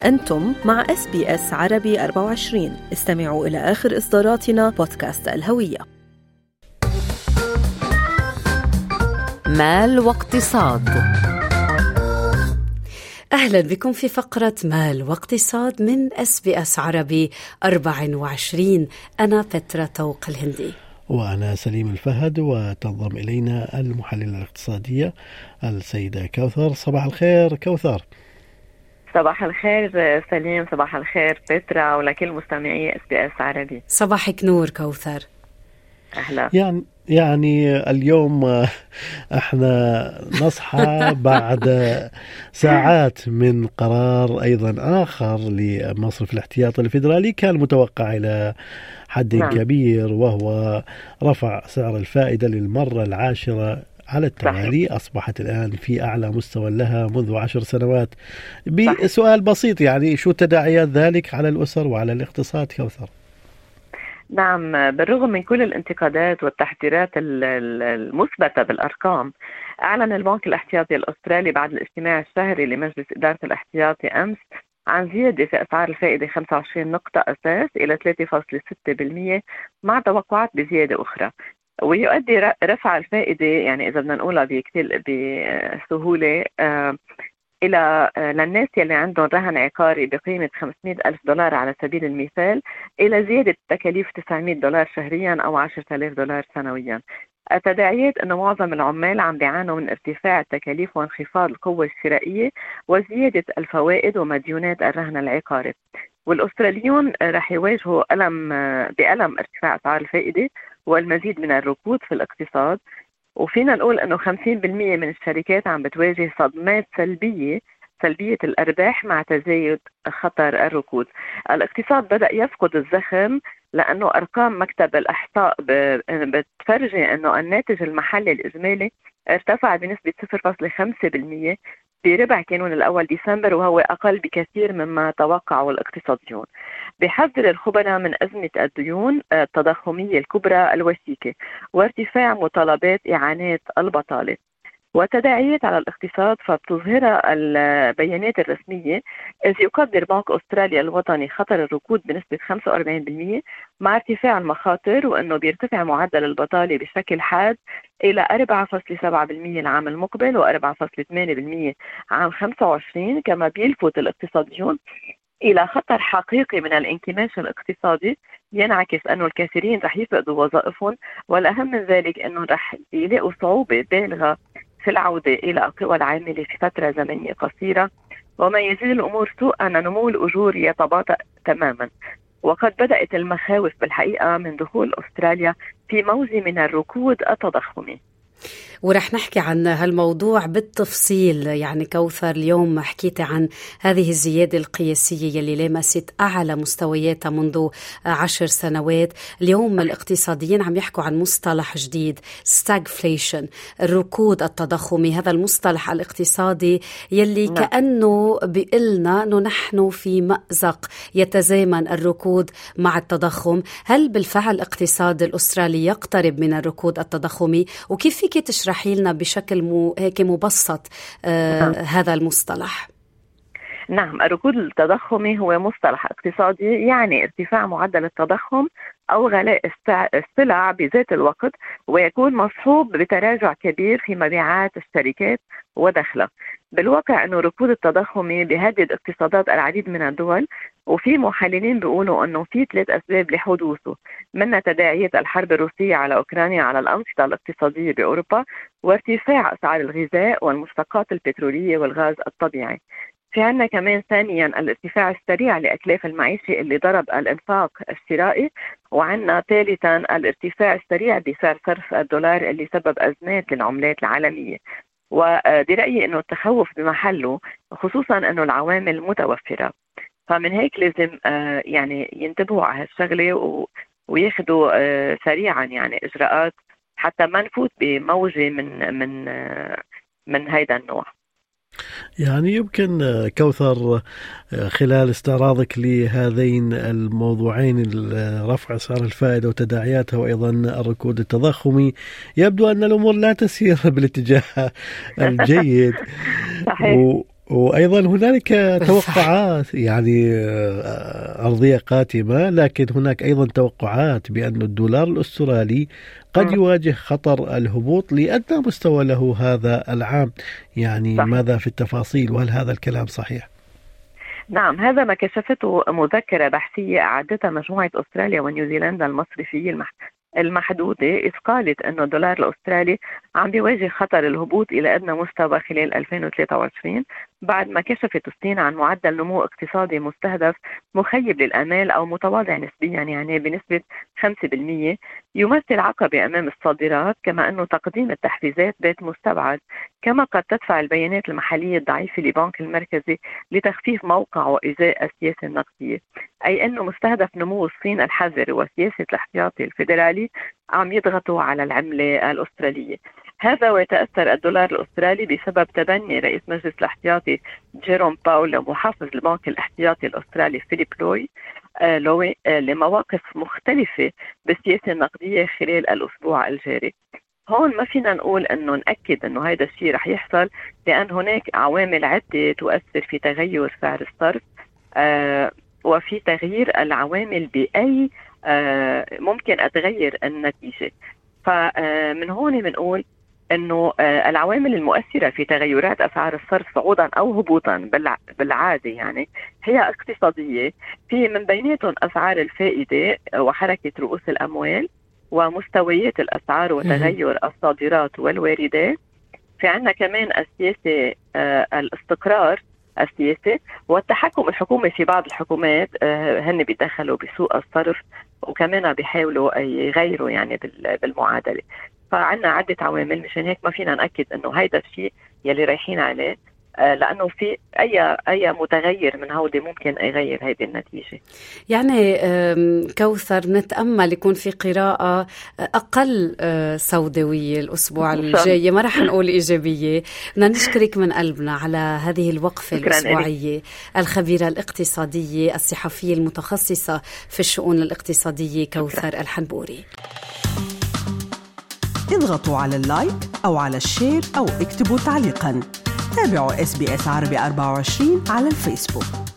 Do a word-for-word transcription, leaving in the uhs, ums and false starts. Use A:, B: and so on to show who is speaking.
A: أنتم مع إس بي إس عربي أربعة وعشرين. استمعوا إلى آخر إصداراتنا بودكاست الهوية.
B: مال واقتصاد. أهلا بكم في فقرة مال واقتصاد من إس بي إس عربي أربعة وعشرين. أنا بترا طوق الهندي
C: وأنا سليم الفهد، وتنضم إلينا المحللة الاقتصادية السيدة كوثر. صباح الخير كوثر.
D: صباح الخير سليم، صباح الخير بترا ولكل مستمعي إس بي إس عربي.
B: صباحك نور كوثر.
D: أهلا.
C: يعني يعني اليوم احنا نصحى بعد ساعات من قرار ايضا اخر لمصرف الاحتياطي الفيدرالي كان متوقع الى حد نعم. كبير، وهو رفع سعر الفائدة للمرة العاشرة على التوالي. صحيح. أصبحت الآن في أعلى مستوى لها منذ عشر سنوات. بسؤال بسيط، يعني شو تداعيات ذلك على الأسر وعلى الاقتصاد كوثر؟
D: نعم، بالرغم من كل الانتقادات والتحذيرات المثبتة بالأرقام، أعلن البنك الاحتياطي الأسترالي بعد الاجتماع الشهري لمجلس إدارة الاحتياطي أمس عن زيادة في أسعار الفائدة خمسة وعشرين نقطة أساس إلى ثلاثة فاصلة ستة بالمئة مع توقعات بزيادة أخرى. ويؤدي رفع الفائدة، يعني إذا بدنا نقولها بسهولة، آه إلى للناس يلي عندهم رهن عقاري بقيمة خمسمائة ألف دولار على سبيل المثال، إلى زيادة تكاليف تسعمائة دولار شهريا أو عشرة آلاف دولار سنويا. التداعيات أنه معظم العمال عم بيعانوا من ارتفاع التكاليف وانخفاض القوة الشرائية وزيادة الفوائد ومديونات الرهن العقاري. والأستراليون رح يواجهوا ألم بألم ارتفاع أسعار الفائدة والمزيد من الركود في الاقتصاد. وفينا نقول أنه خمسين بالمئة من الشركات عم بتواجه صدمات سلبية سلبية الأرباح مع تزايد خطر الركود. الاقتصاد بدأ يفقد الزخم لأنه أرقام مكتب الإحصاء بتفرجي أنه الناتج المحلي الإجمالي ارتفع بنسبة صفر فاصلة خمسة بالمئة بربع كانون الأول ديسمبر، وهو أقل بكثير مما توقعه الاقتصاديون. بحذر الخبراء من أزمة الديون التضخمية الكبرى الوثيقة وارتفاع مطالبات إعانات البطالة وتداعيات على الاقتصاد، فبتظهرها البيانات الرسمية، إذ يقدر بنك أستراليا الوطني خطر الركود بنسبة خمسة وأربعين بالمئة مع ارتفاع المخاطر، وأنه بيرتفع معدل البطالة بشكل حاد إلى أربعة فاصلة سبعة بالمئة العام المقبل وأربعة فاصلة ثمانية بالمئة عام خمسة وعشرين. كما بيلفت الاقتصاديون إلى خطر حقيقي من الانكماش الاقتصادي، ينعكس أنه الكثيرين رح يفقدوا وظائفهم، والأهم من ذلك أنه رح يلاقوا صعوبة بالغة في العودة إلى القوى العاملة في فترة زمنية قصيرة. وما يزيد الأمور سوء أن نمو الأجور يتباطأ تماما، وقد بدأت المخاوف بالحقيقة من دخول أستراليا في موجة من الركود التضخمي.
B: ورح نحكي عن هالموضوع بالتفصيل. يعني كوثر، اليوم حكيت عن هذه الزيادة القياسية يلي لمست أعلى مستوياتها منذ عشر سنوات. اليوم الاقتصاديين عم يحكوا عن مصطلح جديد، stagflation، الركود التضخمي. هذا المصطلح الاقتصادي يلي لا. كأنه بيقلنا أنه نحن في مأزق يتزامن الركود مع التضخم. هل بالفعل الاقتصاد الأسترالي يقترب من الركود التضخمي؟ وكيف فيك تشرحي لنا بشكل مو هيك مبسط آه نعم. هذا المصطلح؟
D: نعم، الركود التضخمي هو مصطلح اقتصادي يعني ارتفاع معدل التضخم أو غلاء السلع بذات الوقت، ويكون مصحوب بتراجع كبير في مبيعات الشركات ودخلها. بالواقع أنه الركود التضخمي بيهدد اقتصادات العديد من الدول، وفي محللين بيقولوا أنه في ثلاث أسباب لحدوثه، منها تداعيات الحرب الروسية على أوكرانيا على الأنشطة الاقتصادية بأوروبا، وارتفاع أسعار الغذاء والمشتقات البترولية والغاز الطبيعي. في عنا كمان ثانيا الارتفاع السريع لأكلاف المعيشة اللي ضرب الإنفاق الشرائي، وعنا ثالثا الارتفاع السريع بسعر صرف الدولار اللي سبب أزمات للعملات العالمية. ودي رأيي أنه التخوف بمحله، خصوصا أنه العوامل متوفرة، فمن هيك لازم آه يعني ينتبهوا على هالشغلة وياخدوا آه سريعا يعني إجراءات حتى ما نفوت بموجة من من آه من هيدا النوع.
C: يعني يمكن كوثر خلال استعراضك لهذين الموضوعين، رفع أسعار الفائدة وتداعياتها وأيضا الركود التضخمي، يبدو أن الأمور لا تسير بالاتجاه الجيد.
D: صحيح.
C: وأيضا هنالك توقعات يعني أرضية قاتمة، لكن هناك أيضا توقعات بأن الدولار الأسترالي قد يواجه خطر الهبوط لأدنى مستوى له هذا العام. يعني صحيح. ماذا في التفاصيل، وهل هذا الكلام صحيح؟
D: نعم، هذا ما كشفته مذكرة بحثية أعدتها مجموعة أستراليا ونيوزيلندا المصرفية المحدودة، إذ قالت أنه الدولار الأسترالي عم بيواجه خطر الهبوط إلى أدنى مستوى خلال ألفين وثلاثة وعشرين، بعد ما كشفت الصين عن معدل نمو اقتصادي مستهدف مخيب للآمال أو متواضع نسبيا، يعني بنسبة خمسة بالمئة، يمثل عقبة أمام الصادرات، كما أنه تقديم التحفيزات بات مستبعد. كما قد تدفع البيانات المحلية الضعيفة لبنك المركزي لتخفيف موقع وإزاء السياسة النقدية، أي أنه مستهدف نمو الصين الحذر وسياسة الاحتياطي الفيدرالي عم يضغطوا على العملة الأسترالية. هذا ويتأثر الدولار الأسترالي بسبب تبني رئيس مجلس الاحتياطي جيروم باول ومحافظ البنك الاحتياطي الأسترالي فيليب لوي آه لوي آه لمواقف مختلفة بالسياسة النقدية خلال الأسبوع الجاري. هون ما فينا نقول أنه نأكد أنه هذا الشيء رح يحصل، لأن هناك عوامل عدة تؤثر في تغير سعر الصرف آه وفي تغيير العوامل بأي آه ممكن أتغير النتيجة. فمن هون بنقول أنه العوامل المؤثرة في تغيرات أسعار الصرف صعودا أو هبوطا بالعادة يعني هي اقتصادية، في من بيناتهم أسعار الفائدة وحركة رؤوس الأموال ومستويات الأسعار وتغير الصادرات والواردات. في عنا كمان السياسة الاستقرار السياسي والتحكم الحكومي في بعض الحكومات، هن بيدخلوا بسوق الصرف وكمان بيحاولوا يغيروا يعني بالمعادلة. فعنا عدة عوامل، مشان هيك ما فينا نأكد انه هيدا الشيء يلي رايحين عليه، لأنه في أي أي متغير من هودي ممكن يغير هذه النتيجة.
B: يعني كوثر نتأمل يكون في قراءة أقل سوداوية الأسبوع الجاي، ما رح نقول إيجابية. بدنا نشكرك من قلبنا على هذه الوقفة الأسبوعية. الخبيرة الاقتصادية الصحفية المتخصصة في الشؤون الاقتصادية كوثر الحنبوري.
E: اضغطوا على اللايك أو على الشير أو اكتبوا تعليقاً. تابعوا إس بي إس عربي أربعة وعشرين على الفيسبوك.